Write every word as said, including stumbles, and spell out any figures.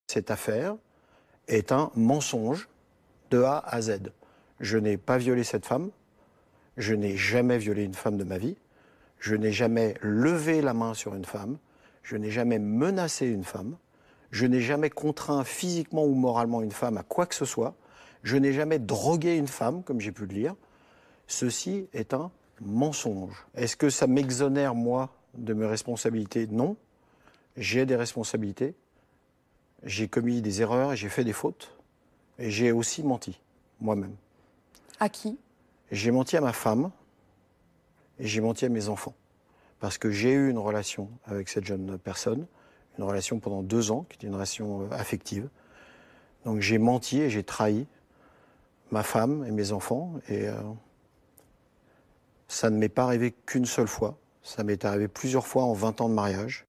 Cette affaire est un mensonge de A à Z. Je n'ai pas violé cette femme, je n'ai jamais violé une femme de ma vie, je n'ai jamais levé la main sur une femme, je n'ai jamais menacé une femme, je n'ai jamais contraint physiquement ou moralement une femme à quoi que ce soit, je n'ai jamais drogué une femme, comme j'ai pu le lire. Ceci est un mensonge. Est-ce que ça m'exonère, moi, de mes responsabilités? Non. J'ai des responsabilités. J'ai commis des erreurs et j'ai fait des fautes. Et j'ai aussi menti, moi-même. À qui? J'ai menti à ma femme et j'ai menti à mes enfants. Parce que j'ai eu une relation avec cette jeune personne, une relation pendant deux ans, qui était une relation euh, affective. Donc j'ai menti et j'ai trahi ma femme et mes enfants. Et euh, ça ne m'est pas arrivé qu'une seule fois. Ça m'est arrivé plusieurs fois en vingt ans de mariage.